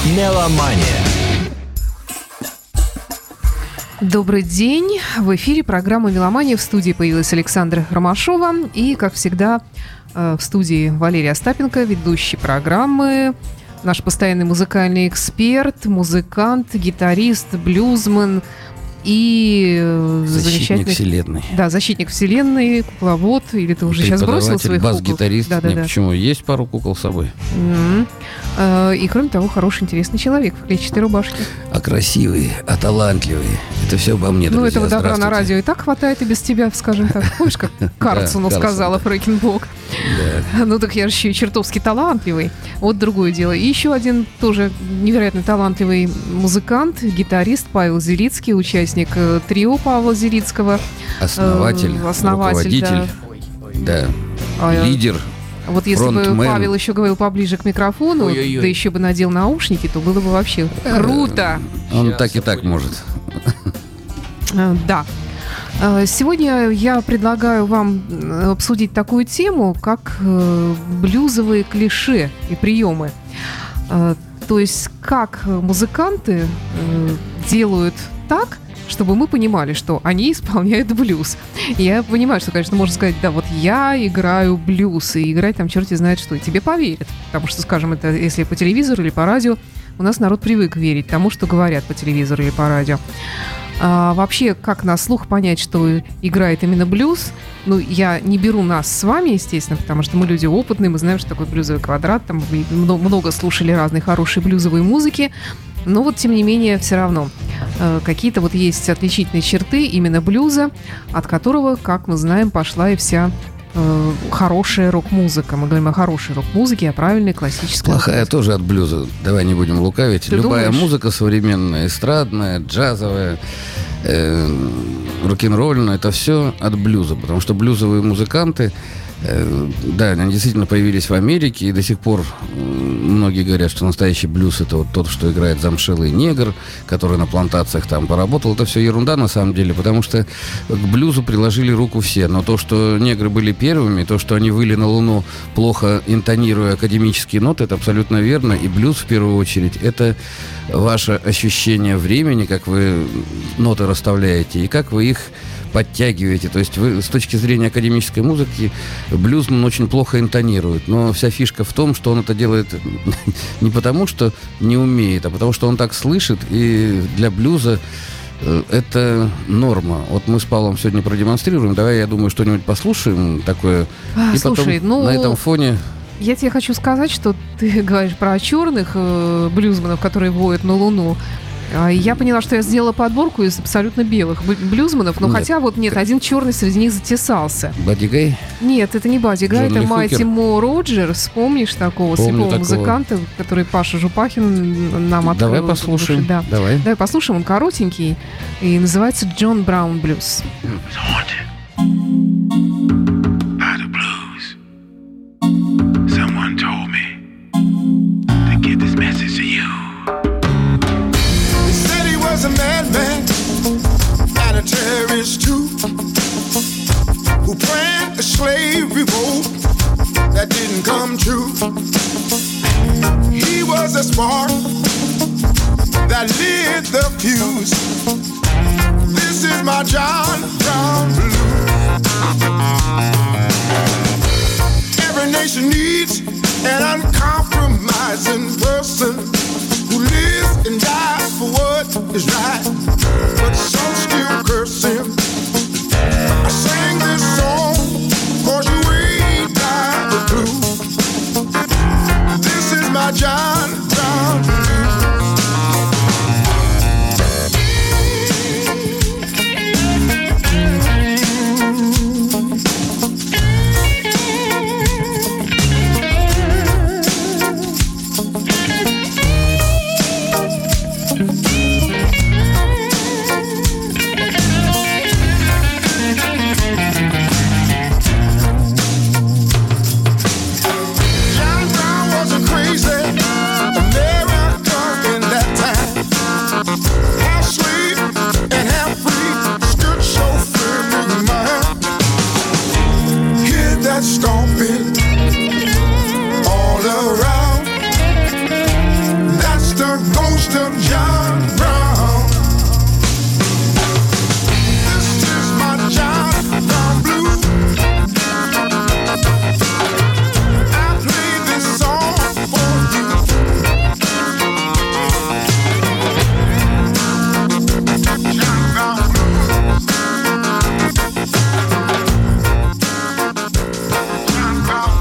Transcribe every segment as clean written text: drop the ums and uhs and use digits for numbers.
Меломания. Добрый день. В эфире программа «Меломания». В студии появилась Александра Ромашова. И, как всегда, в студии Валерий Остапенко, ведущий программы, наш постоянный музыкальный эксперт, музыкант, гитарист, блюзмен и защитник вселенной. Да, защитник вселенной, кукловод. Или ты уже сейчас бросил своих кукол? Бас-гитарист. Да. Почему? Есть пару кукол с собой. И, кроме того, хороший, интересный человек в клетчатой рубашке. А красивый, а талантливый. Это все обо мне, друзья. Ну, этого добра на радио и так хватает и без тебя, скажем так. Помнишь, как Карлсону сказала Фрэкенбок? Да. Ну, так я же еще и чертовски талантливый. Вот другое дело. И еще один тоже невероятно талантливый музыкант, гитарист Павел Зелицкий, участник трио Павла Зелицкого. Основатель, руководитель, да, лидер. Вот если фронтмен. бы Павел еще говорил поближе к микрофону, Ой-ой-ой. да еще бы надел наушники, то было бы вообще круто. Он так и так может. Да. Сегодня я предлагаю вам обсудить такую тему, как блюзовые клише и приемы. То есть, как музыканты делают так, чтобы мы понимали, что они исполняют блюз. Я понимаю, что, конечно, можно сказать, да, вот я играю блюз, и играть там черти знает что, и тебе поверят. Потому что, скажем, это если по телевизору или по радио, у нас народ привык верить тому, что говорят по телевизору или по радио. А вообще, как на слух понять, что играет именно блюз? Ну, я не беру нас с вами, естественно, потому что мы люди опытные, мы знаем, что такое блюзовый квадрат, там много слушали разной хорошей блюзовой музыки. Но вот, тем не менее, все равно какие-то вот есть отличительные черты именно блюза, от которого, как мы знаем, пошла и вся хорошая рок-музыка. Мы говорим о хорошей рок-музыке, о правильной классической. Плохая музыке. тоже от блюза. Давай не будем лукавить. Ты Любая думаешь? музыка современная, эстрадная, джазовая, рок-н-ролльная, это все от блюза. Потому что блюзовые музыканты, да, они действительно появились в Америке, и до сих пор многие говорят, что настоящий блюз — это вот тот, что играет замшелый негр, который на плантациях там поработал. Это все ерунда на самом деле, потому что к блюзу приложили руку все. Но то, что негры были первыми, то, что они выли на Луну, плохо интонируя академические ноты, это абсолютно верно. И блюз, в первую очередь, это ваше ощущение времени, как вы ноты расставляете и как вы их подтягиваете. То есть вы с точки зрения академической музыки блюзман очень плохо интонирует. Но вся фишка в том, что он это делает не потому, что не умеет, а потому, что он так слышит. И для блюза это норма. Вот мы с Павлом сегодня продемонстрируем. Давай, я думаю, что-нибудь послушаем такое. И Слушай, потом на этом фоне... Я тебе хочу сказать, что ты говоришь про черных блюзманов, которые воют на Луну. Я поняла, что я сделала подборку из абсолютно белых блюзманов, но Нет. хотя вот нет, один черный среди них затесался. Бадди Гай? Нет, это не Бадди Гай, Джон это Ли Майти Хукер? Мо Роджерс. Помнишь такого Помню слепого такого. музыканта, который Паша Жупахин нам открыл? Давай послушаем. Да. Давай. Давай послушаем, он коротенький и называется «Джон Браун Блюз». By the blues. Someone told me to get this message to you. They said he was a madman and a terrorist too, who planned a slave revolt that didn't come true. He was a spark that lit the fuse. This is my John Brown blues. Every nation needs an uncompromising person who lives and dies for what is right, but some still curse him. I sang this song 'cause you ain't got the clue. This is my John Brown blues. John Brown wasn't crazy. Elton John Brown. This is my John Brown blues. I play this song for you. John Brown blues. John Brown.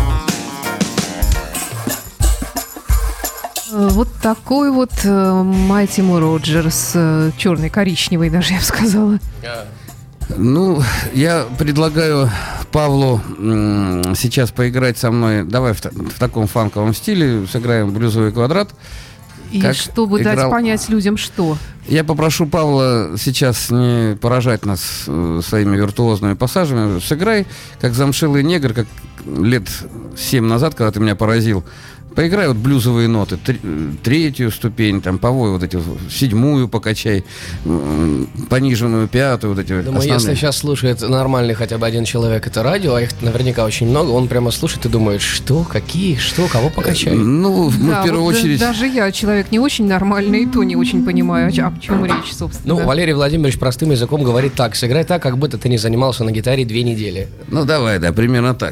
Вот такой вот Май Тиму Роджерс, черный, коричневый даже, я бы сказала. Ну, я предлагаю Павлу сейчас поиграть со мной. Давай в таком фанковом стиле сыграем блюзовый квадрат. И Как чтобы дать играл- понять людям, что. Я попрошу Павла сейчас не поражать нас своими виртуозными пассажами. Сыграй, как замшелый негр, как лет 7 назад, когда ты меня поразил. Поиграй вот блюзовые ноты, третью ступень, там, повой вот эти, седьмую покачай, пониженную, пятую, вот эти Думаю, основные. если сейчас слушает нормальный хотя бы один человек это радио, а их наверняка очень много, он прямо слушает и думает, что, какие, что, кого покачать. Ну, мы Да, в первую вот очередь... даже я, человек не очень нормальный, и то не очень понимаю, о чем речь, собственно. Ну, Валерий Владимирович простым языком говорит так: сыграй так, как будто ты не занимался на гитаре 2 недели. Ну, давай, да, примерно так.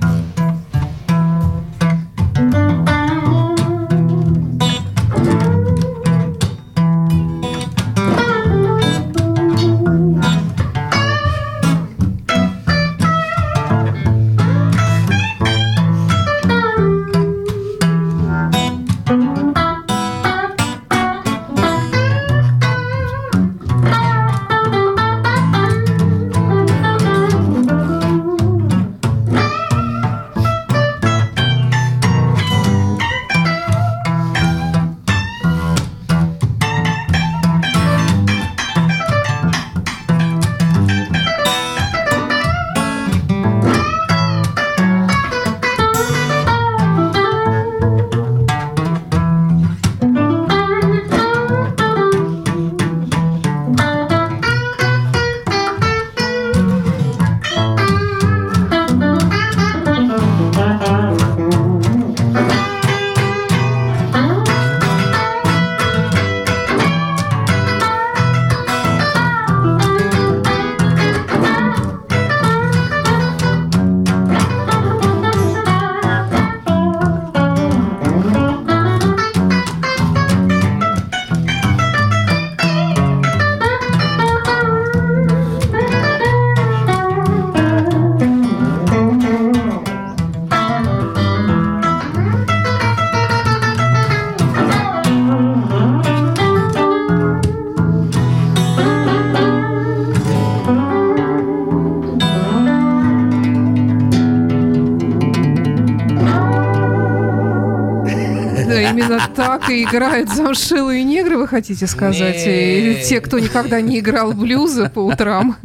Да, именно так и играют замшелые негры, вы хотите сказать? И те, кто никогда не играл блюза по утрам.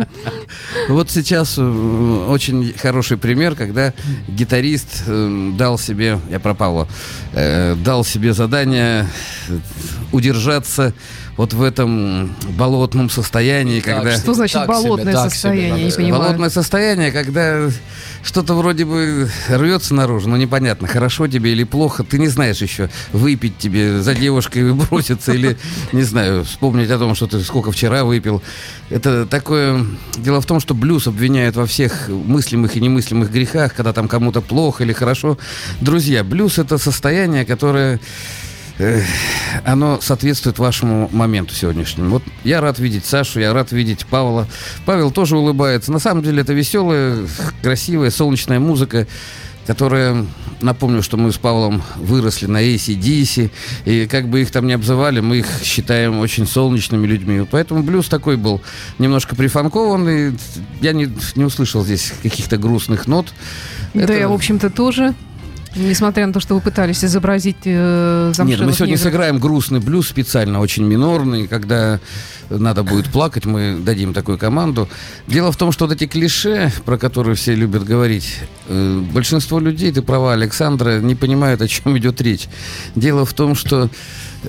Вот сейчас очень хороший пример, когда гитарист дал себе, я про Павла, дал себе задание удержаться вот в этом болотном состоянии, когда... Что значит Так болотное себе, так состояние? себе, Не надо понимаю. Болотное состояние, когда что-то вроде бы рвется наружу, но непонятно, хорошо тебе или плохо, ты не знаешь еще, выпить тебе за девушкой броситься или, не знаю, вспомнить о том, что ты сколько вчера выпил. Это такое... Дело в том, что блюз обвиняют во всех мыслимых и немыслимых грехах, когда там кому-то плохо или хорошо. Друзья, блюз — это состояние, которое... оно соответствует вашему моменту сегодняшнему. Вот я рад видеть Сашу, я рад видеть Павла. Павел тоже улыбается. На самом деле это веселая, красивая, солнечная музыка, которая... Напомню, что мы с Павлом выросли на AC/DC, и как бы их там ни обзывали, мы их считаем очень солнечными людьми. Поэтому блюз такой был немножко прифанкованный. Я не услышал здесь каких-то грустных нот. Да, я, в общем-то, тоже. Несмотря на то, что вы пытались изобразить замшелых Нет, мы сегодня негров. сыграем грустный блюз, специально очень минорный. Когда надо будет плакать, мы дадим такую команду. Дело в том, что вот эти клише, про которые все любят говорить, большинство людей, ты права, Александра, не понимают, о чем идет речь. Дело в том, что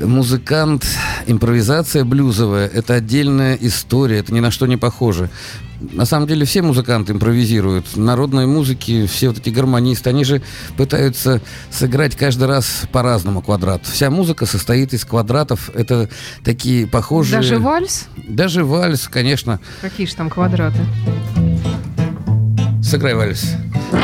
музыкант, импровизация блюзовая — это отдельная история, это ни на что не похоже. на самом деле все музыканты импровизируют. Народные музыки, все вот эти гармонисты, они же пытаются сыграть каждый раз по-разному квадрат. Вся музыка состоит из квадратов. Это такие похожие... Даже вальс? Даже вальс, конечно. Какие же там квадраты? Сыграй вальс.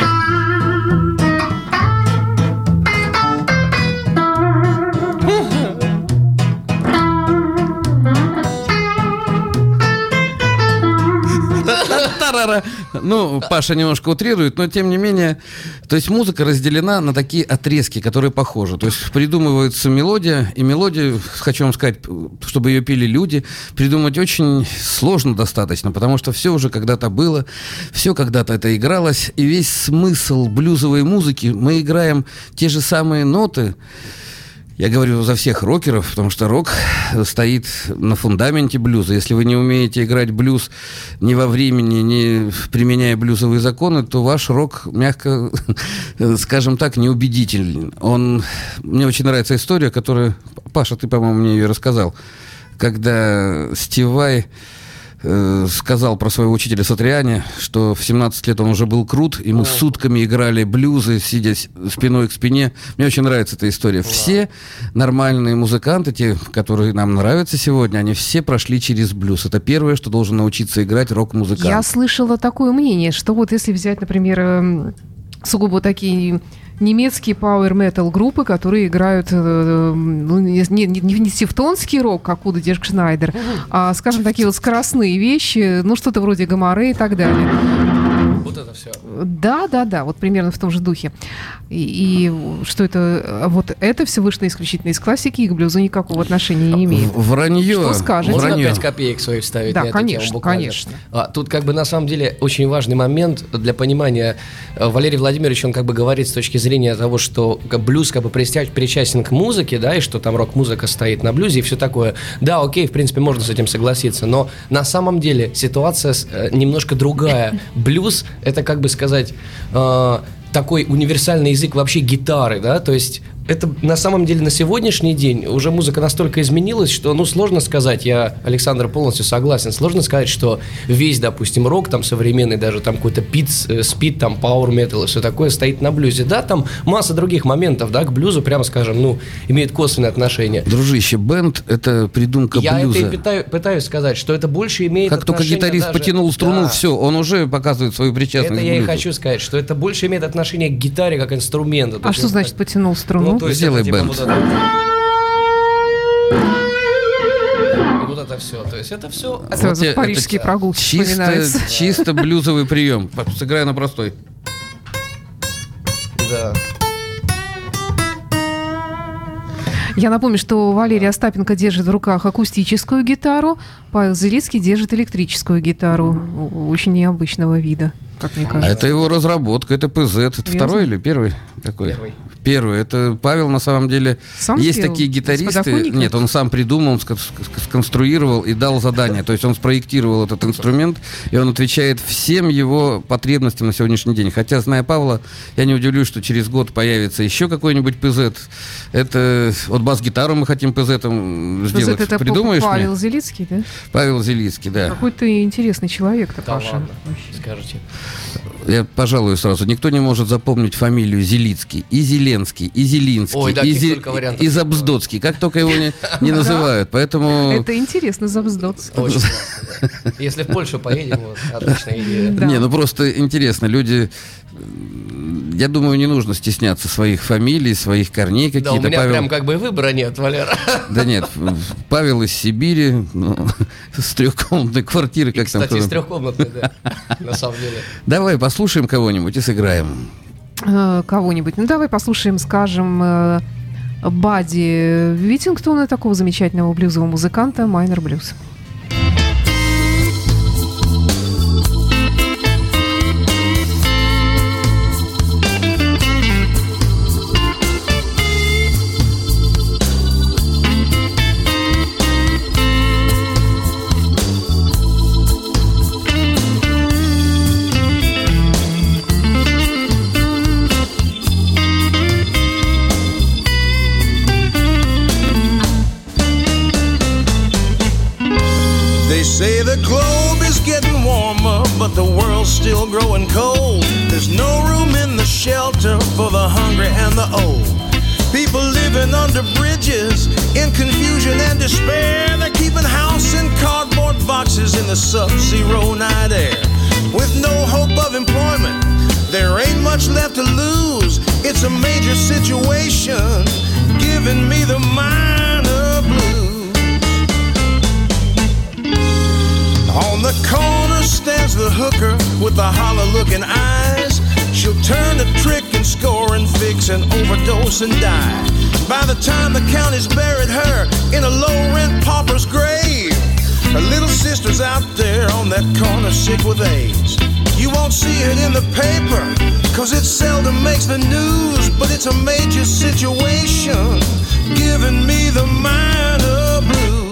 Ну, Паша немножко утрирует, но тем не менее, то есть музыка разделена на такие отрезки, которые похожи. То есть придумывается мелодия, и мелодию, хочу вам сказать, чтобы ее пели люди, придумать очень сложно достаточно, потому что все уже когда-то было, все когда-то это игралось, и весь смысл блюзовой музыки, мы играем те же самые ноты. Я говорю за всех рокеров, потому что рок стоит на фундаменте блюза. Если вы не умеете играть блюз ни во времени, ни применяя блюзовые законы, то ваш рок, мягко скажем так, неубедителен. Мне очень нравится история, которую... Паша, ты, по-моему, мне ее рассказал. Когда Стив Vai сказал про своего учителя Сатриани, что в 17 лет он уже был крут, и мы сутками играли блюзы, сидя спиной к спине. Мне очень нравится эта история. Все нормальные музыканты, те, которые нам нравятся сегодня, они все прошли через блюз. Это первое, что должен научиться играть рок-музыкант. Я слышала такое мнение, что вот если взять, например, сугубо такие... немецкие пауэр-метал группы, которые играют не тевтонский рок, как Уда Диркшнайдер, а, скажем, такие вот скоростные вещи, ну, что-то вроде Гоморе и так далее. Вот это все. Да, вот примерно в том же духе. И что это, вот это все вышло исключительно из классики, и к блюзу никакого отношения не имеет. Вранье. Что скажете? Можно 5 копеек своих вставить Да, на эту конечно, тему буквально? конечно. Тут как бы на самом деле очень важный момент для понимания. Валерий Владимирович, он как бы говорит с точки зрения того, что блюз как бы причастен к музыке, да, и что там рок-музыка стоит на блюзе и все такое. Да, окей, в принципе, можно с этим согласиться, но на самом деле ситуация немножко другая. Блюз — это, как бы сказать, такой универсальный язык вообще гитары, да, то есть это на самом деле на сегодняшний день уже музыка настолько изменилась, что, ну, сложно сказать, я, Александр, полностью согласен, сложно сказать, что весь, допустим, рок, там, современный, даже там какой-то спид, там, power metal и все такое стоит на блюзе. Да, там масса других моментов, да, к блюзу, прямо скажем, ну, имеет косвенное отношение. Дружище, бенд — это придумка блюза. Я это и пытаюсь сказать, что это больше имеет как отношение... только гитарист даже... потянул струну, да. все, он уже показывает свою причастность Это к я и блюзу. хочу сказать, что это больше имеет отношение к гитаре как инструменту. А что значит потянул струну? Ну, то есть Сделай это, типа, бэнд. вот это. Вот это все. То есть это все. Сразу Вот парижские это прогулки вспоминаются. чисто блюзовый прием. Сыграю на простой. Да. Я напомню, что Валерий Остапенко держит в руках акустическую гитару, Павел Зелицкий держит электрическую гитару очень необычного вида, как мне А кажется. это его разработка, это ПЗ. Это Ясно. второй или первый? Какой? Первый. Это Павел, на самом деле... Сам есть спел? такие С гитаристы... подоконника? Нет, он сам придумал, сконструировал и дал задание. То есть он спроектировал этот инструмент, и он отвечает всем его потребностям на сегодняшний день. Хотя, зная Павла, я не удивлюсь, что через год появится еще какой-нибудь ПЗ. Это... Вот бас-гитару мы хотим ПЗ-там сделать. Это Придумаешь Павел мне? Зелицкий, да? Павел Зелицкий, да. Какой ты интересный человек-то, Да Паша. ладно, Вообще. скажите. Я, пожалуй, сразу. Никто не может запомнить фамилию Зелицкий, и Зеленский, и Зелинский, Ой, да, и, каких только вариантов. и Забздоцкий. Как только его не называют. Поэтому... Это интересно, Забздоц. Очень классно. Если в Польшу поедем, вот, отличная идея. Да. Не, ну просто интересно. Люди... Я думаю, не нужно стесняться своих фамилий, своих корней Да, у какие-то. меня Павел... прям как бы и выбора нет, Валера. Да нет, Павел из Сибири, ну, с трехкомнатной квартиры, как там. Кстати, из тоже. 3-комнатной, да, на самом деле. Давай послушаем кого-нибудь и сыграем. Кого-нибудь. Ну, давай послушаем, скажем, Бадди Витингтона, такого замечательного блюзового музыканта, Майнер Блюз. Thank but the world's still growing cold. There's no room in the shelter for the hungry and the old. People living under bridges in confusion and despair. They're keeping house in cardboard boxes in the sub-zero night air. With no hope of employment, there ain't much left to lose. It's a major situation, giving me the minor blues. On the corner stands the hooker with the hollow-looking eyes. She'll turn a trick and score and fix and overdose and die. By the time the county's buried her in a low-rent pauper's grave, her little sister's out there on that corner sick with AIDS. You won't see it in the paper, 'cause it seldom makes the news, but it's a major situation, giving me the minor blues.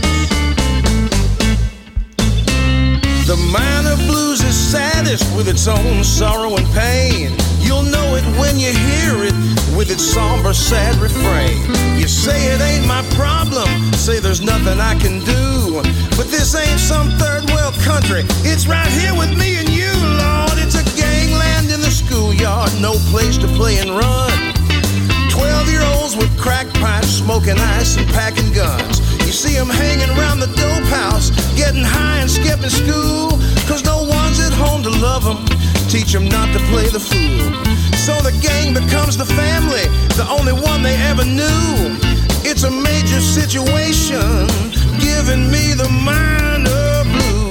The minor blues is saddest with its own sorrow and pain. You'll know it when you hear it with its somber, sad refrain. You say it ain't my problem, say there's nothing I can do, but this ain't some third world country, it's right here with me and you, Lord. It's a gangland in the schoolyard, no place to play and run. 12-year-olds with crack pipes, smoking ice and packing guns. You see them hanging around the dope house, getting high and skipping school, 'cause no one's at home to love them, teach them not to play the fool. So the gang becomes the family, the only one they ever knew. It's a major situation, giving me the minor blues.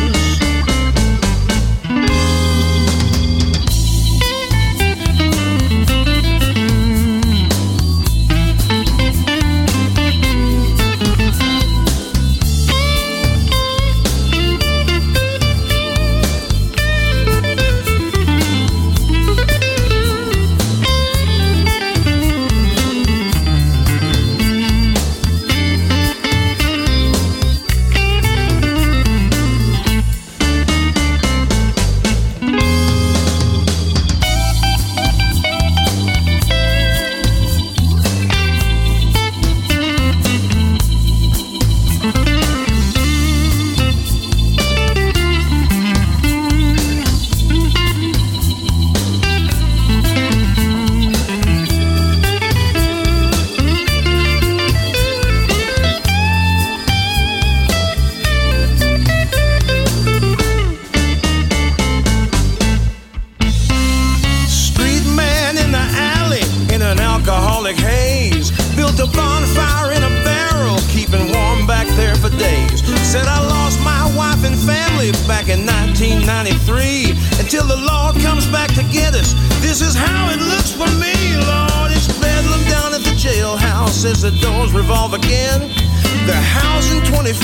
Until the Lord comes back to get us. This is how it looks for me, Lord. It's bedlam down at the jailhouse as the doors revolve again. They're housing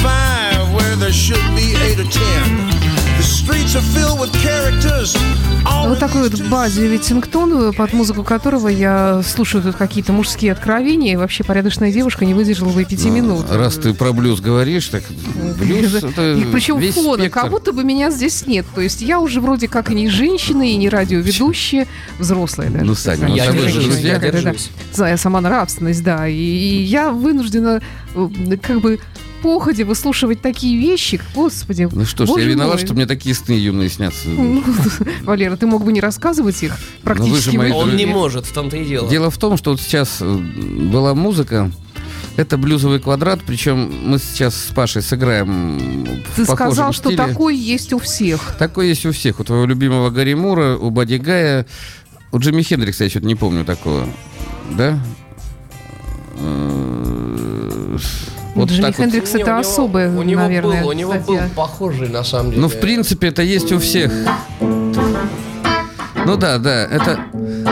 25 where there should be 8 or 10. The streets are filled with characters. Вот такой вот базовый Витингтон, под музыку которого я слушаю тут какие-то мужские откровения, и вообще порядочная девушка не выдержала бы 5 минут. Раз ты про блюз говоришь, так блюз это и причем весь фона, спектр. как будто бы меня здесь нет. То есть я уже вроде как и не женщина, и не радиоведущая, взрослая даже. Ну, Саня, ну, Я с тобой же держусь, друзья. я держусь. Да, сама нравственность, да. И я вынуждена как бы походе выслушивать такие вещи, господи. Ну что ж, боже я виноват, мой. что мне такие сны юные снятся. Ну, Валера, ты мог бы не рассказывать их практически. мои Он друзья. не может, в том-то и дело. Дело в том, что вот сейчас была музыка, это блюзовый квадрат, причем мы сейчас с Пашей сыграем Ты в похожем сказал, что стиле. такой есть у всех. Такой есть у всех. У твоего любимого Гарри Мура, у Бадди Гая, у Джимми Хендрикса я что-то не помню такого. Да? Вот Джимми так вот. Хендрикс это особое, наверное. У него был похожий, на самом деле. Ну, в принципе, это есть у всех. Ну да, это...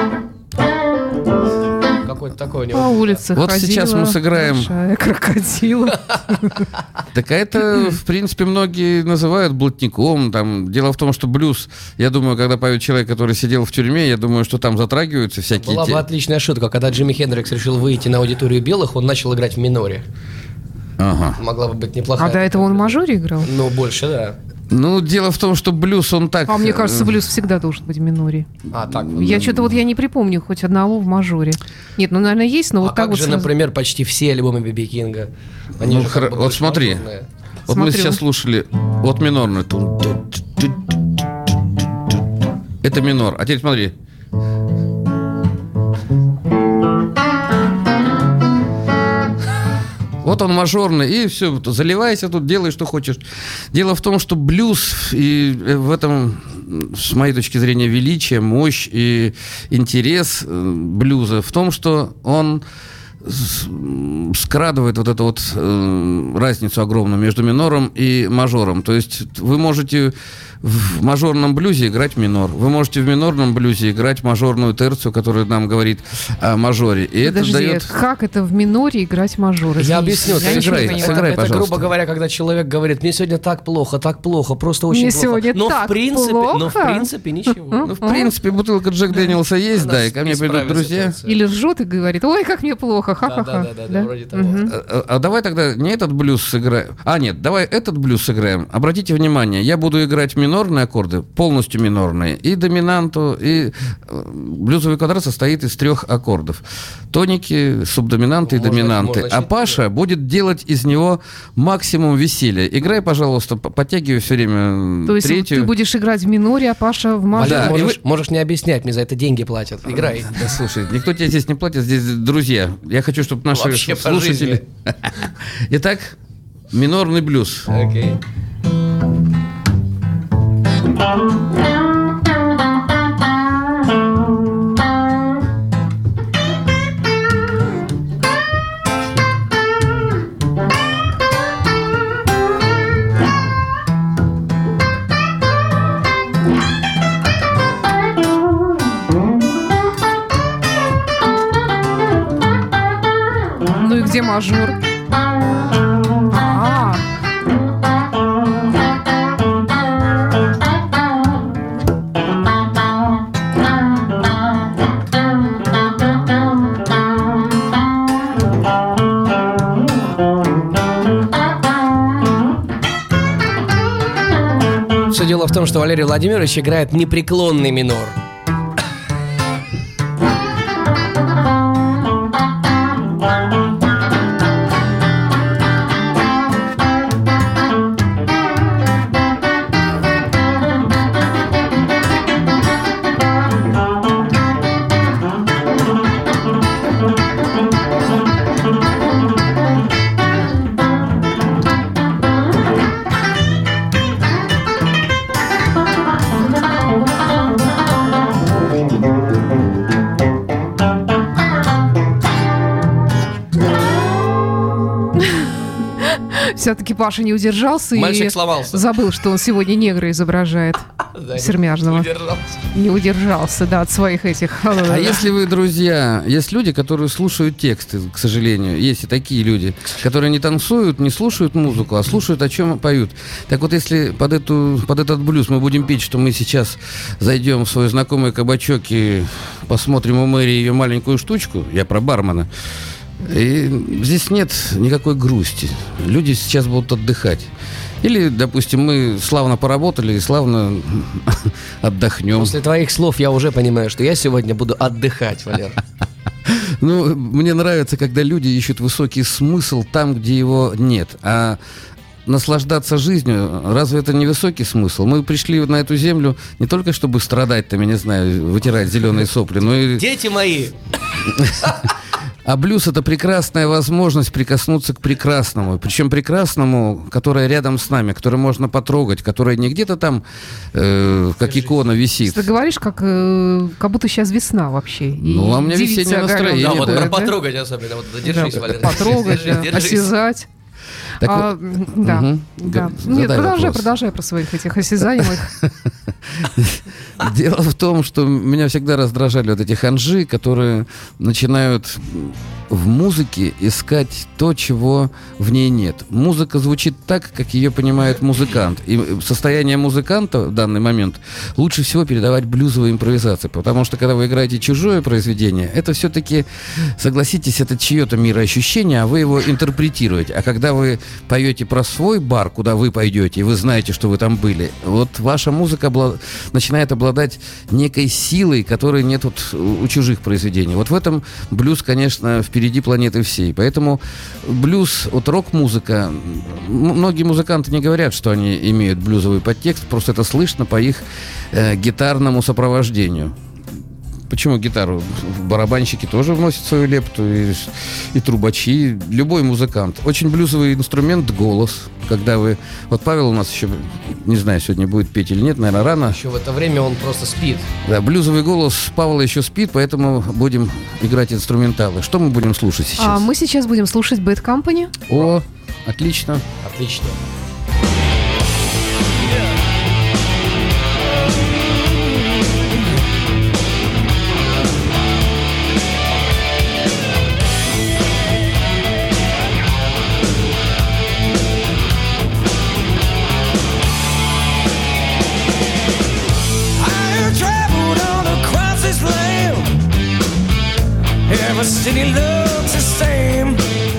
Какой-то такой у него. По улице Вот ходила сейчас мы сыграем. большая крокодила. Так это, в принципе, многие называют блатником. Там. Дело в том, что блюз, я думаю, когда поет человек, который сидел в тюрьме, я думаю, что там затрагиваются всякие... Была бы отличная шутка, когда Джимми Хендрикс решил выйти на аудиторию белых, он начал играть в миноре. Ага. Могла бы быть неплохая. А до этого он в мажоре играл? Ну, больше, да. Ну, дело в том, что блюз, он так... А мне кажется, блюз всегда должен быть в миноре. А так. Я что-то вот я не припомню хоть одного в мажоре. Нет, ну, наверное, есть, но А вот так как вот же, сразу. например, почти все альбомы Биби Кинга? Они Ну, же как бы вот больше смотри. мажорные. Вот мы Смотрю. сейчас слушали вот минорный. Это минор. А теперь смотри. Вот он мажорный, и все, заливайся тут, делай, что хочешь. Дело в том, что блюз, и в этом, с моей точки зрения, величие, мощь и интерес блюза в том, что он скрадывает вот эту вот разницу огромную между минором и мажором. То есть вы можете в мажорном блюзе играть минор. Вы можете в минорном блюзе играть мажорную терцию, которая нам говорит о мажоре. И Подожди, это дает... как это в миноре играть мажор? Я Извините, объясню. я ничего Сыграй, не понимаю. сыграй, Это, пожалуйста. грубо говоря, когда человек говорит, мне сегодня так плохо, просто очень Мне плохо. сегодня Но так в принципе, плохо. ничего. Ну, в принципе, бутылка Джек Дэниелса есть, Она да, и ко мне придут исправит друзья. ситуацию. Или ржет и говорит, ой, как мне плохо, ха-ха-ха. Да, вроде того. Мгм. А давай тогда не этот блюз сыграем. Нет, давай этот блюз сыграем. Обратите внимание, я буду играть минорные аккорды, полностью минорные, и доминанту, и блюзовый квадрат состоит из 3 аккордов. Тоники, субдоминанты и Можно- доминанты. можно А чуть- Паша будет делать из него максимум веселья. Играй, пожалуйста, подтягивай все время То есть третью. ты будешь играть в миноре, а Паша в Валер, мажоре. Да, и можешь не объяснять, мне за это деньги платят. Играй. Да, слушай, никто тебе здесь не платит, здесь друзья. Я хочу, чтобы наши Вообще по слушатели... Итак, минорный блюз. Окей. Ну и где мажор? А, Все дело в том, что Валерий Владимирович играет непреклонный минор. все-таки Паша не удержался Мальчик и сломался. забыл, что он сегодня негра изображает. Да, Сермяжного. удержался. Не удержался, да, от своих этих... А если вы, друзья, есть люди, которые слушают тексты, к сожалению, есть и такие люди, которые не танцуют, не слушают музыку, а слушают, о чем поют. Так вот, если под этот блюз мы будем петь, что мы сейчас зайдем в свой знакомый кабачок и посмотрим у Мэри ее маленькую штучку, я про бармена, и здесь нет никакой грусти. Люди сейчас будут отдыхать. Или, допустим, мы славно поработали и славно отдохнем. После твоих слов я уже понимаю, что я сегодня буду отдыхать, Валер. Ну, мне нравится, когда люди ищут высокий смысл там, где его нет. А наслаждаться жизнью, разве это не высокий смысл? Мы пришли на эту землю не только чтобы страдать, там, я не знаю, вытирать зеленые сопли, но и... Дети мои! А блюз — это прекрасная возможность прикоснуться к прекрасному. Причем прекрасному, которое рядом с нами, которое можно потрогать, которое не где-то там, как икона, висит. Ты говоришь, как будто сейчас весна вообще. И Ну, а у меня девица весеннее настроение, Да, оголенная вот да. про ходит, да? потрогать особенно. Вот, держись, Да, Валер. потрогать, да, Держись. осязать. Так вот, Да, мгм. да. Задай Нет, вопрос. продолжай про своих этих осязаемых. Дело в том, что меня всегда раздражали вот эти ханжи, которые начинают в музыке искать то, чего в ней нет. Музыка звучит так, как ее понимает музыкант. И состояние музыканта в данный момент лучше всего передавать блюзовой импровизацией. Потому что, когда вы играете чужое произведение, это все-таки, согласитесь, это чье-то мироощущение, а вы его интерпретируете. А когда вы поете про свой бар, куда вы пойдете, и вы знаете, что вы там были, вот ваша музыка начинает обладать некой силой, которой нет вот у чужих произведений. Вот в этом блюз, конечно, впечатляет. впереди планеты всей. Поэтому блюз, вот рок-музыка, многие музыканты не говорят, что они имеют блюзовый подтекст, просто это слышно по их гитарному сопровождению. Почему гитару? Барабанщики тоже вносят свою лепту, и трубачи, любой музыкант. Очень блюзовый инструмент — голос. Когда вы... Вот Павел у нас еще, не знаю, сегодня будет петь или нет, наверное, рано. Еще в это время он просто спит. Да, блюзовый голос Павла еще спит, поэтому будем играть инструменталы. Что мы будем слушать сейчас? Мы сейчас будем слушать Bad Company. О, отлично. Отлично. Every city looks the same.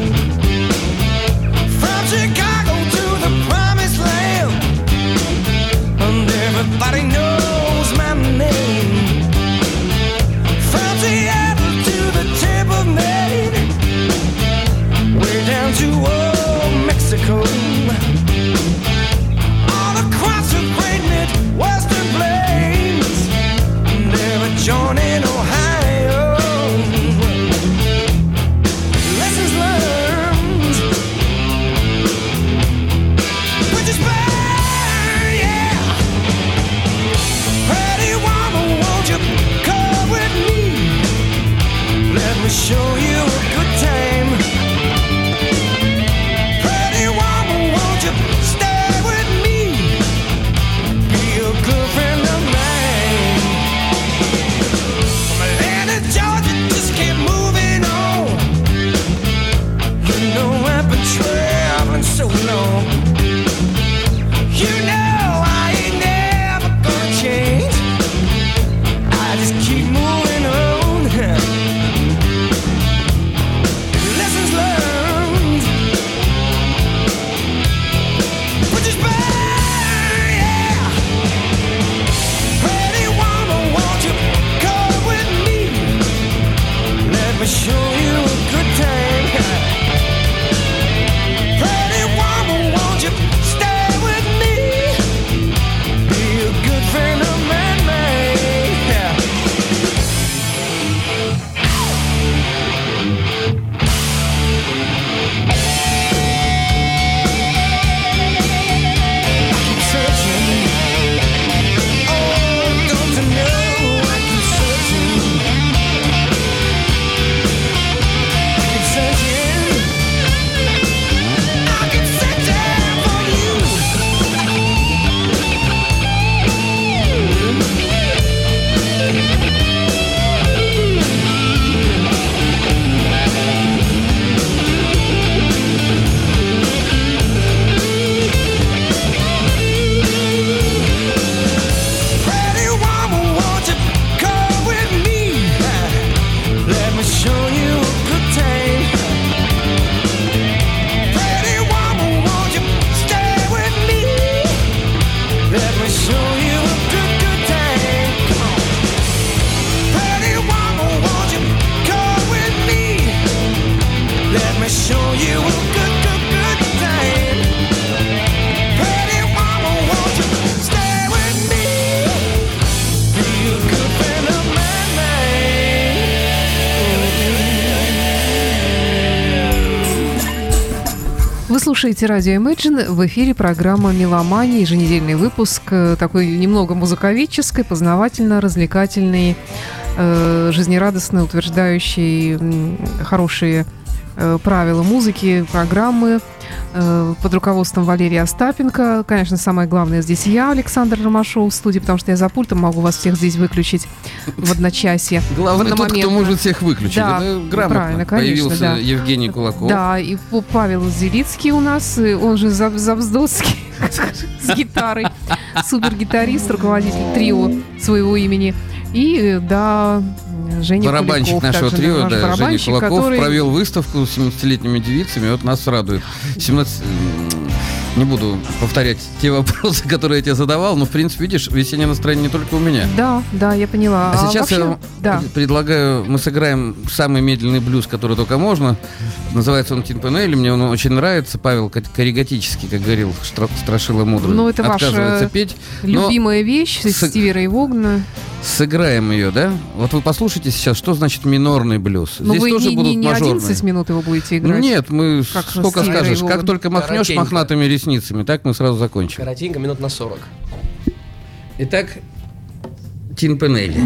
From Chicago to the promised land, and everybody knows my name. From Seattle to the tip of Maine, way down to old Mexico, all across the great Midwestern plains, never joining Ohio. Show you a good time. Pretty woman, won't you stay with me? Be a good friend of mine. Atlanta, Georgia, just keep moving on. You know I've been traveling so long. You know I ain't never gonna change. I just keep moving on. Show you a good time. Pretty woman, won't you stay with me? Be a good friend of mine, man. I keep searching. Oh, don't you know I keep searching. Вы слушаете радио Imagine, в эфире программа «Меломания», еженедельный выпуск, такой немного музыковедческий, познавательно-развлекательный, жизнерадостно утверждающий хорошие правила музыки, программы под руководством Валерия Остапенко. Конечно, самое главное здесь я, Александр Ромашов, в студии, потому что я за пультом могу вас всех здесь выключить в одночасье. Главное тот, кто может всех выключить. Да, это грамотно. правильно, конечно. Появился да. Евгений Кулаков. Да, и Павел Зелицкий у нас, он же Забздоцкий, с гитарой. Супер-гитарист, руководитель трио своего имени. И, да, Женя барабанщик Куликов, нашего также, трио, да, Женя Кулаков, который... провел выставку с 17-летними девицами. Вот нас радует. Не буду повторять те вопросы, которые я тебе задавал, но, в принципе, видишь, весеннее настроение не только у меня. Да, я поняла. А сейчас вообще, я предлагаю, мы сыграем самый медленный блюз, который только можно. Называется он «Тимпанелли», мне он очень нравится. Павел каригатически, как говорил Страшила Мудрый, Ну, это отказывается ваша петь. любимая вещь Стиви Рэй Вогана. Сыграем ее, да? Вот вы послушайте сейчас, что значит минорный блюз. Но Здесь вы тоже будут не мажорные. 11 минут его будете играть? Нет, мы Как сколько Стиви Рэй скажешь. Воган. Как только махнешь Коротенько. мохнатыми ресницами, так мы сразу закончим. Коротенько, минут на 40. Итак, Тимпанелли.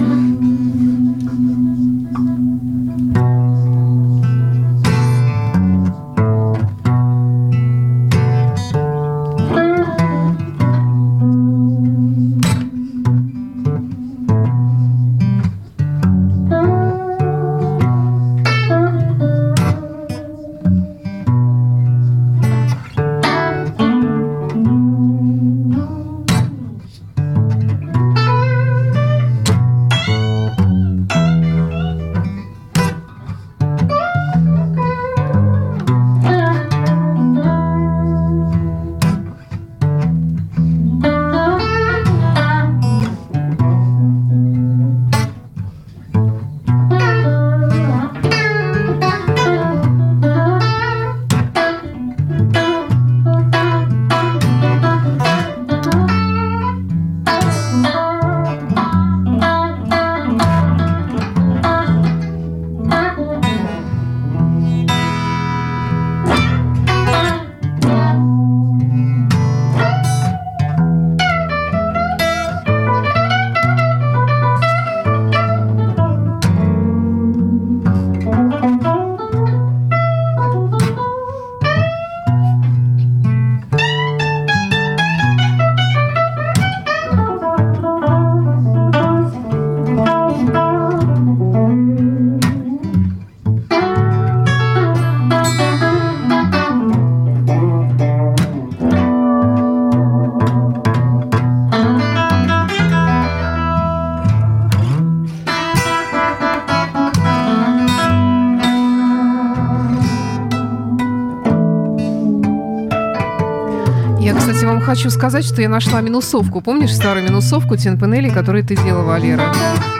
Я, кстати, вам хочу сказать, что я нашла минусовку. Помнишь старую минусовку Тимпанелли, которую ты делала, Валера?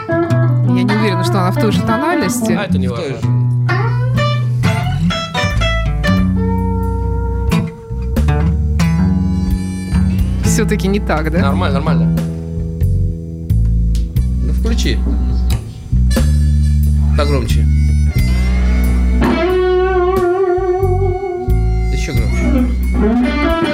Я не уверена, что она в той же тональности. А это не важно. Все-таки не так, да? Нормально, нормально. Ну, включи. Погромче. Еще громче.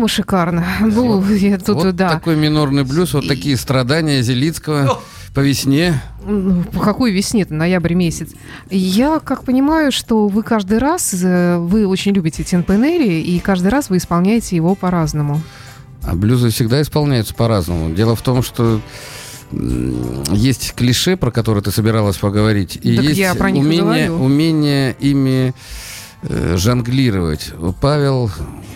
По-моему, шикарно. Ну, я тут, Вот да. такой минорный блюз, вот такие страдания Зелицкого по весне. Ну, по какой весне-то? Ноябрь месяц. Я как понимаю, что вы каждый раз, вы очень любите Тинпенелли, и каждый раз вы исполняете его по-разному. А блюзы всегда исполняются по-разному. Дело в том, что есть клише, про которые ты собиралась поговорить, и Так есть я про них и говорю. умение ими жонглировать. Павел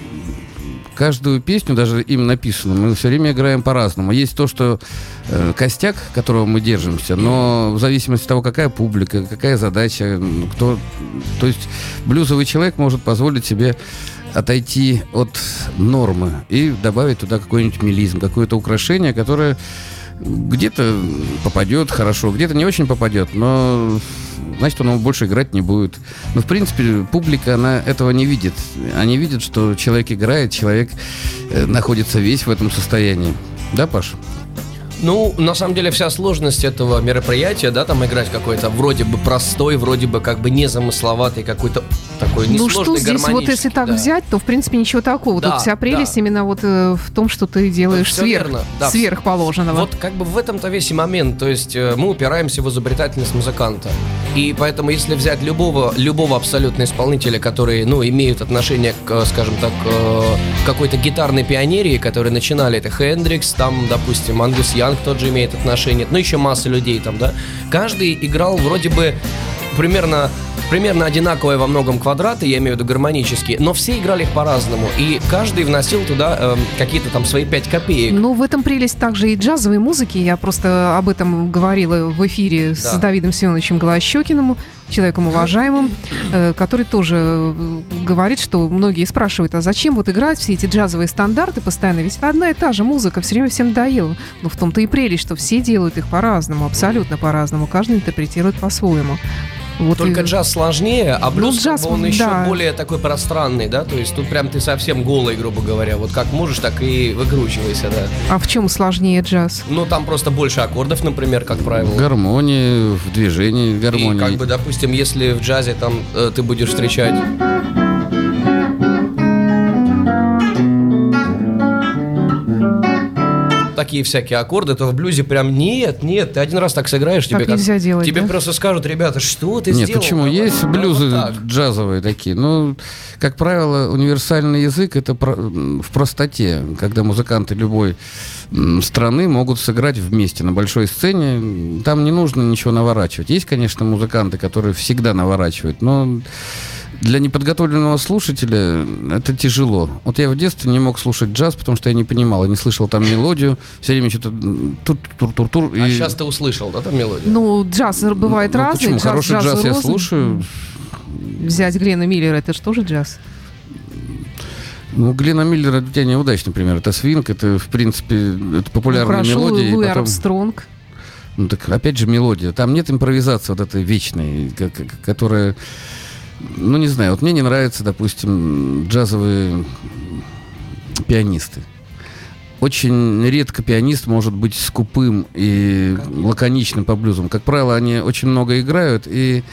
каждую песню, даже им написанную, мы все время играем по-разному. Есть то, что костяк, которого мы держимся, но в зависимости от того, какая публика, какая задача, кто... То есть блюзовый человек может позволить себе отойти от нормы и добавить туда какой-нибудь мелизм, какое-то украшение, которое где-то попадет хорошо, где-то не очень попадет, но значит, он больше играть не будет. Но, в принципе, публика, она этого не видит. Они видят, что человек играет, человек находится весь в этом состоянии. Да, Паш? Ну, на самом деле, вся сложность этого мероприятия, да, там играть какой-то вроде бы простой, вроде бы как бы незамысловатый, какой-то такой Ну несложный, что здесь, вот если так да. взять, то в принципе ничего такого. Да, Тут вся прелесть да. именно вот в том, что ты делаешь Всё верно, да. сверхположенного. Вот как бы в этом-то весь и момент. То есть мы упираемся в изобретательность музыканта. И поэтому, если взять любого абсолютно исполнителя, которые, ну, имеют отношение к, скажем так, какой-то гитарной пионерии, которые начинали, это Хендрикс, там, допустим, Ангус Янг тот же имеет отношение, ну, еще масса людей там, да. Каждый играл вроде бы примерно одинаковые во многом квадраты, я имею в виду гармонические, но все играли их по-разному, и каждый вносил туда какие-то там свои 5 копеек. Ну, в этом прелесть также и джазовой музыки. Я просто об этом говорила в эфире с Давидом Семеновичем Голощёкиным, человеком уважаемым, который тоже говорит, что многие спрашивают, а зачем вот играть все эти джазовые стандарты постоянно? Ведь это одна и та же музыка, все время всем надоело. Но в том-то и прелесть, что все делают их по-разному, абсолютно по-разному, каждый интерпретирует по-своему. Вот Только джаз сложнее, а блюз, ну, джаз, он еще да. более такой пространный, да, то есть тут прям ты совсем голый, грубо говоря, вот как можешь, так и выкручивайся, да. А в чем сложнее джаз? Ну, там просто больше аккордов, например, как правило. В гармонии, в движении, в гармонии. И как бы, допустим, если в джазе там ты будешь встречать... такие всякие аккорды, то в блюзе прям нет, ты один раз так сыграешь, Так тебе нельзя делать, тебе да? просто скажут, ребята, что ты Нет, сделал? почему? Есть блюзы джазовые такие. Ну, как правило, универсальный язык — это в простоте, когда музыканты любой страны могут сыграть вместе на большой сцене. Там не нужно ничего наворачивать. Есть, конечно, музыканты, которые всегда наворачивают, но для неподготовленного слушателя это тяжело. Вот я в детстве не мог слушать джаз, потому что я не понимал, я не слышал там мелодию, все время что-то тур-тур-тур. А сейчас ты услышал, да, там мелодию? Ну, джаз бывает разный. Почему? Хороший джаз я слушаю. Взять Глена Миллера, это же тоже джаз? Ну, Глена Миллера для тебя неудачный пример. Это свинг, это, в принципе, это популярная мелодия. Луи Армстронг. Ну, так опять же мелодия. Там нет импровизации вот этой вечной, которая... Ну, не знаю, вот мне не нравятся, допустим, джазовые пианисты. Очень редко пианист может быть скупым и лаконичным по блюзам. Как правило, они очень много играют и,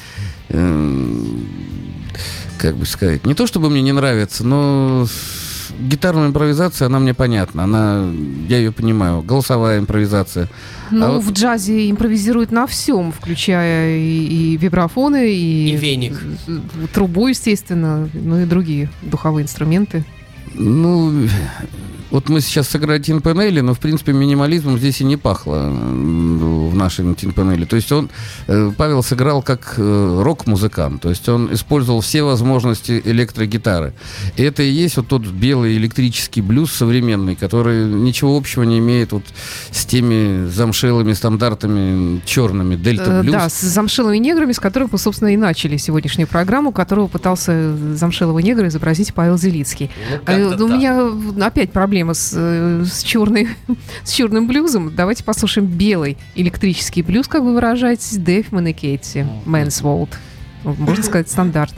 как бы сказать, не то чтобы мне не нравится, но гитарная импровизация, она мне понятна. Я ее понимаю. Голосовая импровизация. Ну, в джазе импровизируют на всем, включая и вибрафоны, и веник. Трубу, естественно, ну и другие духовые инструменты. Ну, вот мы сейчас сыграли Тинпенелли, но, в принципе, минимализмом здесь и не пахло в нашем Тинпенелли. То есть Павел сыграл как рок-музыкант. То есть он использовал все возможности электрогитары. И это и есть вот тот белый электрический блюз современный, который ничего общего не имеет вот с теми замшелыми стандартами черными, дельта-блюз. Да, с замшелыми неграми, с которых мы, собственно, и начали сегодняшнюю программу, которого пытался замшелого негра изобразить Павел Зелицкий. У меня опять проблема с черным блюзом. Давайте послушаем белый электрический блюз, как бы выражать Дэйв Менекетти, Man's World. Можно сказать, стандарт.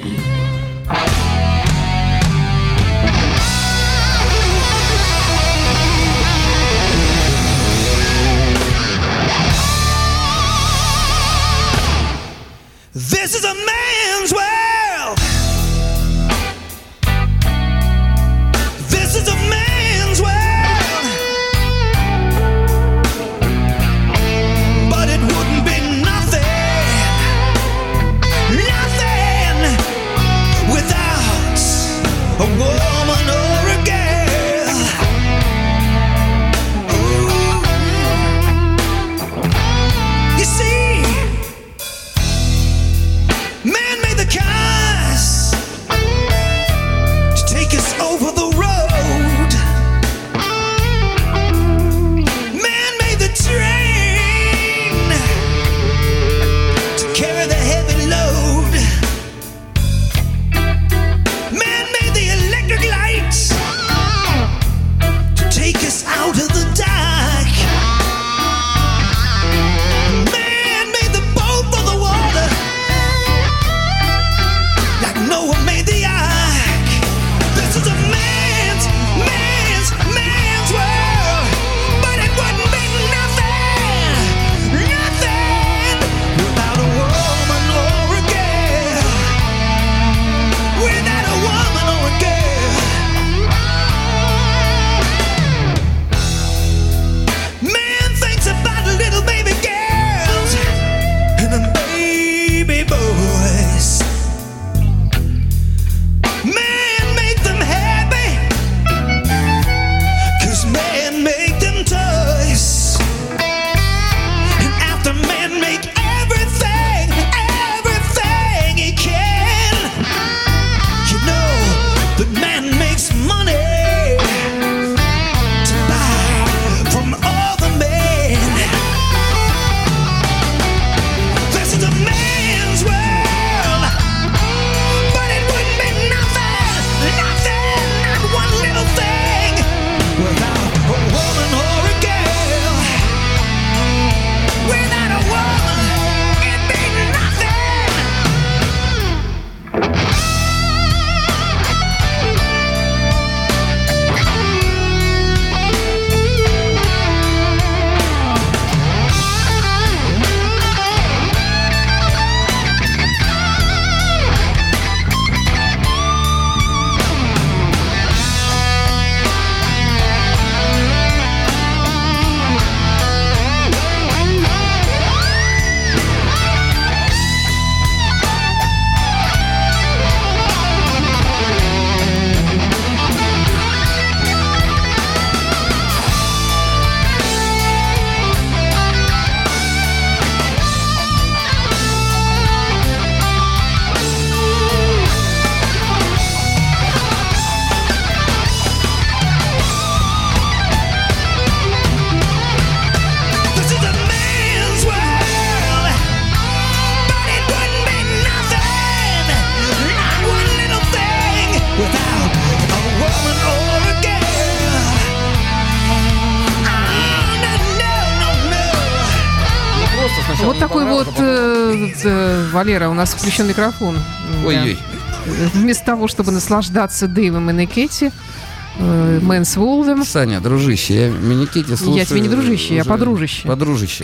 This is a man's world. This is a man's Вот такой вот, Валера, у нас включен микрофон. Ой-ой. Вместо того, чтобы наслаждаться Дэйвом и Никетти, Мэнс Волдом. Саня, дружище, я Миникетти слушаю. Я тебе не дружище, я уже подружище. Подружище.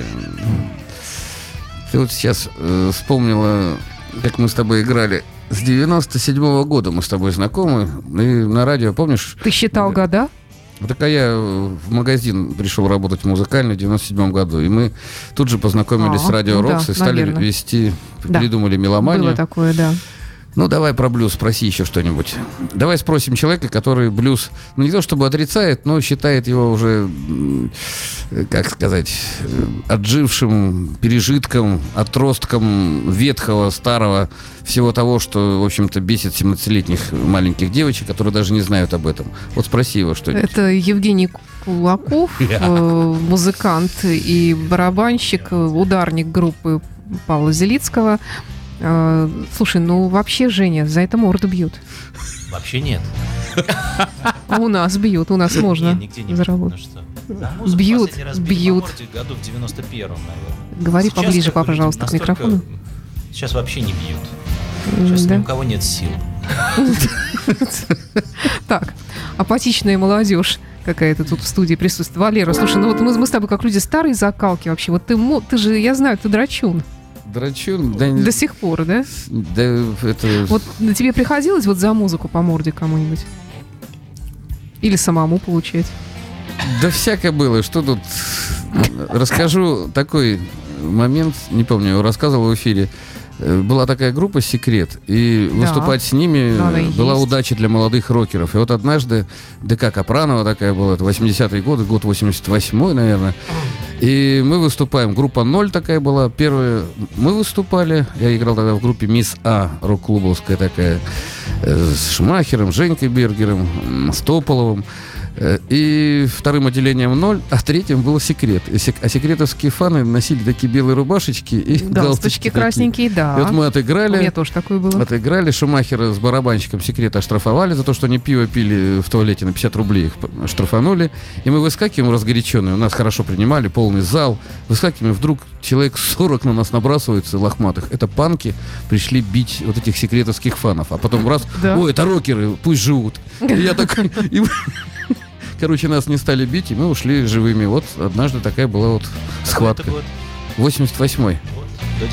Ты вот сейчас вспомнила, как мы с тобой играли. С 97-го года мы с тобой знакомы. И на радио, помнишь? Ты считал года? Так я в магазин пришел работать в музыкальный в 97-м году. И мы тут же познакомились с Радио Рокс и стали наверное. вести, Да. придумали меломанию. Было такое, да. Ну, давай про блюз, спроси еще что-нибудь. Давай спросим человека, который блюз, ну, не то чтобы отрицает, но считает его уже, как сказать, отжившим пережитком, отростком ветхого, старого, всего того, что, в общем-то, бесит 17-летних маленьких девочек, которые даже не знают об этом. Вот спроси его что-нибудь. Это Евгений Кулаков, музыкант и барабанщик, ударник группы Павла Зелицкого. Слушай, ну вообще, Женя, за это морду бьют. Вообще нет. А у нас бьют, у нас можно Нет, нигде не заработать. Ну что? За музыку Бьют, последний раз били бьют. по морде году в 91-м, наверное. Говори Сейчас поближе, как бы пожалуйста, к настолько- микрофону. Сейчас вообще не бьют. Сейчас Да. ни у кого нет сил. Так, апатичная молодежь какая-то тут в студии присутствует. Валера, слушай, ну вот мы с тобой как люди старой закалки вообще. Вот ты же, я знаю, ты драчун. Драчун? Да, До сих пор, да? да, это... Вот тебе приходилось вот за музыку по морде кому-нибудь? Или самому получать? Да всякое было. Что тут? Расскажу такой момент, не помню, его рассказывал в эфире. Была такая группа «Секрет», и Да. выступать с ними Да, она и была есть. удача для молодых рокеров. И вот однажды ДК Капранова такая была, это 80-е годы, год 88-й, наверное. И мы выступаем, группа «Ноль» такая была, первая. Мы выступали, я играл тогда в группе «Мисс А», рок-клубовская такая, с Шумахером, Женькой Бергером, с Тополовым. И вторым отделением «Ноль», а третьим был «Секрет». А секретовские фаны носили такие белые рубашечки и Галстучки галстучки красненькие, да. И вот мы У меня отыграли, тоже такое было. Шумахера с барабанщиком «Секрета» оштрафовали за то, что они пиво пили в туалете, на 50 рублей их штрафанули. И мы выскакиваем разгоряченные, у нас хорошо принимали, полный зал. Выскакиваем, и вдруг человек 40 на нас набрасывается, лохматых. Это панки пришли бить вот этих секретовских фанов. А потом раз, Да. ой, это рокеры, пусть живут. И я такой... Короче, нас не стали бить, и мы ушли живыми. Вот однажды такая была вот схватка. Какой это год? 88-й. Вот,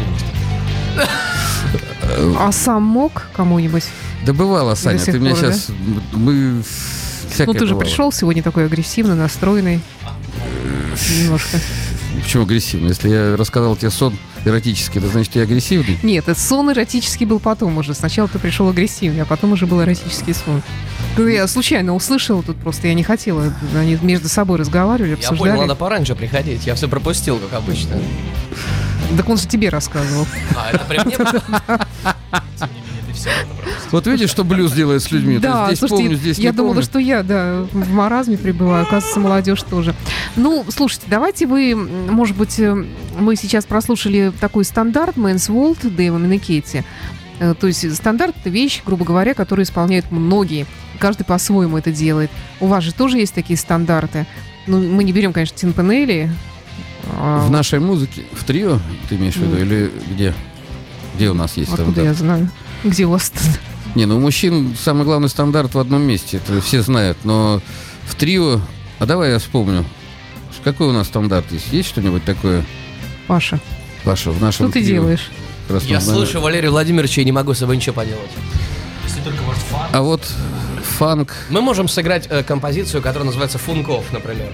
до 90-х. А сам мог кому-нибудь? Да бывало, Саня, сих ты мне пор, да? сейчас... Мы... Всякое Ну, ты же бывало. пришел сегодня такой агрессивно настроенный. Немножко. Почему агрессивно? Если я рассказал тебе сон эротический, это значит, я агрессивный? Нет, этот сон эротический был потом уже. Сначала ты пришел агрессивный, а потом уже был эротический сон. Ну, я случайно услышала тут просто, я не хотела. Они между собой разговаривали, Я обсуждали. понял, надо пораньше приходить. Я все пропустил, как обычно. Так он же тебе рассказывал. А, это при мне было? Тем не менее, ты все равно пропустил. Вот видишь, что блюз делает с людьми? Да, Здесь слушайте, помню, здесь я не думала, помню. что я, да, в маразме пребываю, оказывается, молодежь тоже. Ну, слушайте, давайте вы, может быть, мы сейчас прослушали такой стандарт Мэнс Волд, Дэйва Миникетти. То есть стандарт — это вещь, грубо говоря, которую исполняют многие. Каждый по-своему это делает. У вас же тоже есть такие стандарты. Ну, мы не берем, конечно, Тимпанелли. В нашей музыке, в трио, ты имеешь в виду, или где? Где у нас есть Откуда стандарт? я знаю? Где у вас? Не, ну у мужчин самый главный стандарт в одном месте, это все знают, но в трио... А давай я вспомню. Какой у нас стандарт есть? Есть что-нибудь такое, Паша, Паша, в нашем что ты трио? делаешь? Красном Я знамени? слушаю Валерия Владимировича и не могу с собой ничего поделать. Если только вот фан. А вот фанк... Мы можем сыграть композицию, которая называется «Функов», например.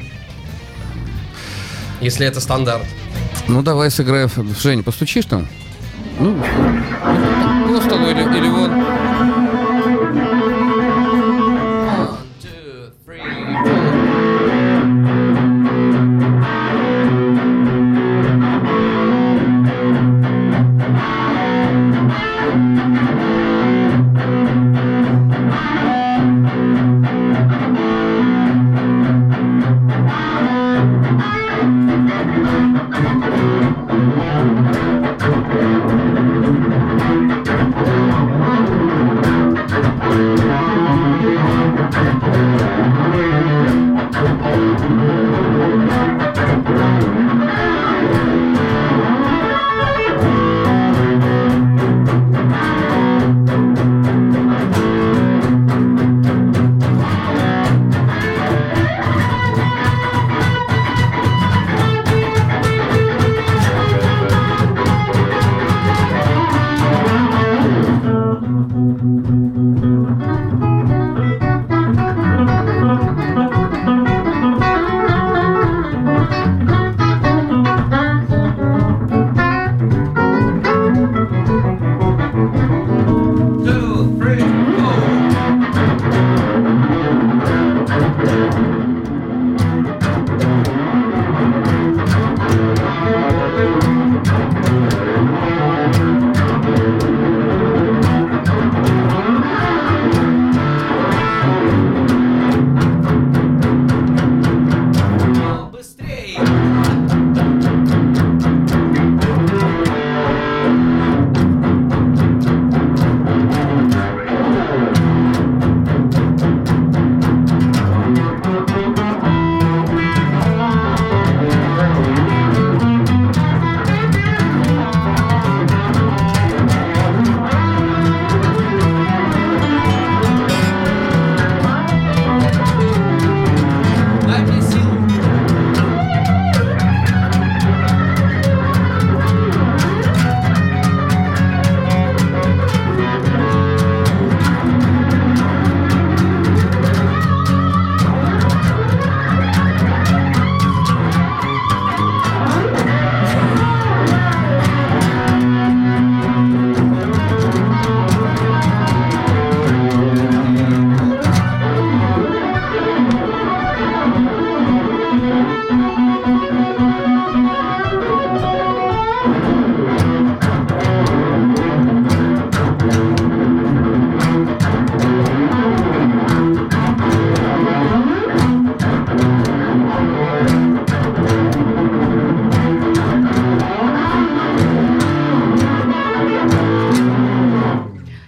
Если это стандарт. Ну, давай сыграем. Жень, постучишь там? Ну, по столу или вон. One, two, three, four.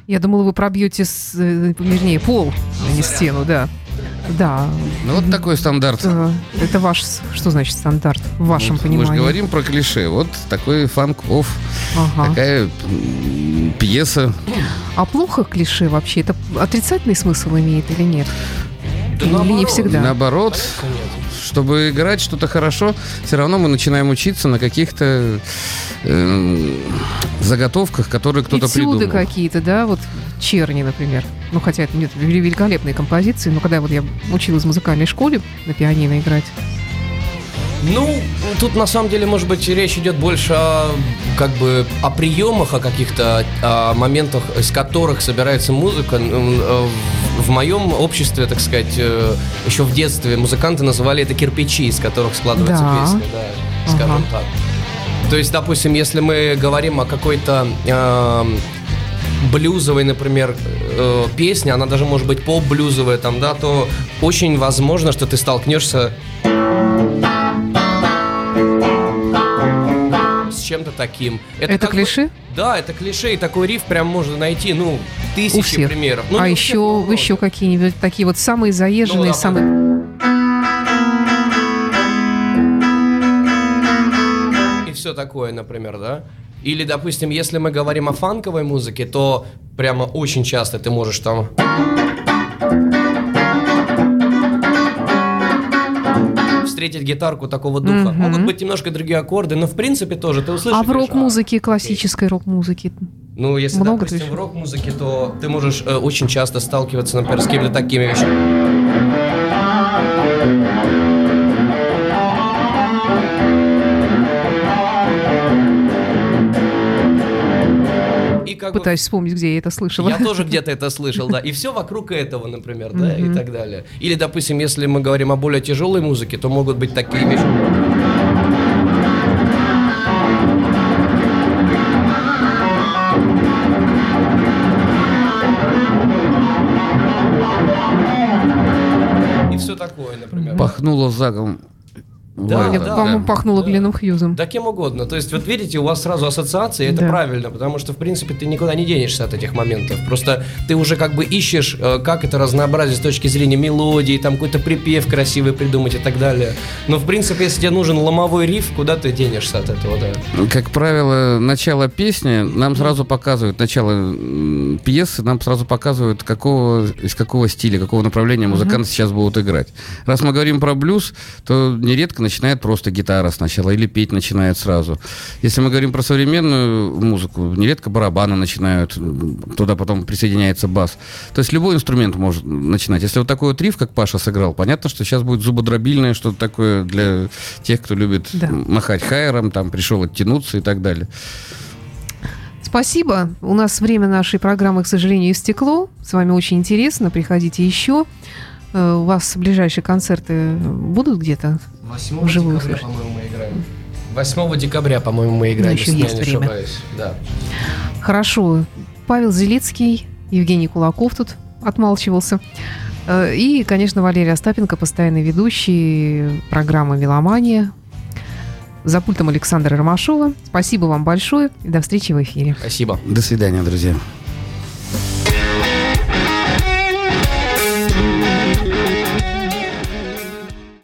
Я думала, вы пробьете, вернее, пол, а не стену, да. Да. Ну, вот такой стандарт. Это ваш, что значит стандарт в вашем Вот, понимании? мы же говорим про клише. Вот такой фанк-офф, такая пьеса. А плохо клише вообще? Это отрицательный смысл имеет или нет? Да Или не наоборот. всегда? Наоборот, Конечно, нет. чтобы играть что-то хорошо, все равно мы начинаем учиться на каких-то заготовках, которые кто-то Этюды придумал. какие-то, да, вот Черни, например. Ну, хотя это нет, великолепные композиции, но когда вот я училась в музыкальной школе на пианино играть, Ну, тут на самом деле, может быть, речь идет больше о приемах, о каких-то моментах, из которых собирается музыка. В моем обществе, так сказать, еще в детстве музыканты называли это кирпичи, из которых складываются Да. песни, да, скажем так. То есть, допустим, если мы говорим о какой-то блюзовой, например, песне, она даже может быть поп-блюзовая, там, да, то очень возможно, что ты столкнешься с чем-то таким. Это как бы- клише? Да, это клише, и такой риф прям можно найти, тысячи У всех. примеров. Ну, А не у еще, всех, но много. еще какие-нибудь такие вот самые заезженные, Ну, да, самые... И все такое, например, да? Или, допустим, если мы говорим о фанковой музыке, то прямо очень часто ты можешь там... встретить гитарку такого духа. Мгм. Могут быть немножко другие аккорды, но в принципе тоже ты услышишь. А в рок-музыке, классической рок-музыке? Ну, если, много допустим, еще? в рок-музыке, то ты можешь очень часто сталкиваться, например, с какими-то такими вещами. И как бы Пытаюсь вспомнить, где я это слышала. я тоже где-то это слышал, да. И все вокруг этого, например, да, и так далее. Или, допустим, если мы говорим о более тяжелой музыке, то могут быть такие вещи. И все такое, например. Пахнуло Загом. Да, Мне, да, по-моему, пахнуло да. Гленном Хьюзом. Да кем угодно. То есть, вот видите, у вас сразу ассоциации, и это Да. правильно, потому что, в принципе, ты никуда не денешься от этих моментов. Просто ты уже как бы ищешь, как это разнообразие с точки зрения мелодии, там какой-то припев красивый придумать и так далее. Но, в принципе, если тебе нужен ломовой риф, куда ты денешься от этого, да? Как правило, начало песни нам сразу показывают, начало пьесы нам сразу показывают, из какого стиля, какого направления музыканты сейчас будут играть. Раз мы говорим про блюз, то нередко начинает просто гитара сначала, или петь начинает сразу. Если мы говорим про современную музыку, нередко барабаны начинают, туда потом присоединяется бас. То есть любой инструмент может начинать. Если вот такой вот риф, как Паша сыграл, понятно, что сейчас будет зубодробильное, что-то такое для тех, кто любит махать хайером, там пришел оттянуться и так далее. Спасибо. У нас время нашей программы, к сожалению, истекло. С вами очень интересно. Приходите еще. У вас ближайшие концерты будут где-то? 8 Вживую декабря, слушать. по-моему, мы играем. 8 декабря, по-моему, мы играем, еще если я есть не время. ошибаюсь. Да. Хорошо. Павел Зелицкий, Евгений Кулаков тут отмалчивался. И, конечно, Валерий Остапенко, постоянный ведущий программы «Меломания». За пультом Александра Ромашова. Спасибо вам большое и до встречи в эфире. Спасибо. До свидания, друзья.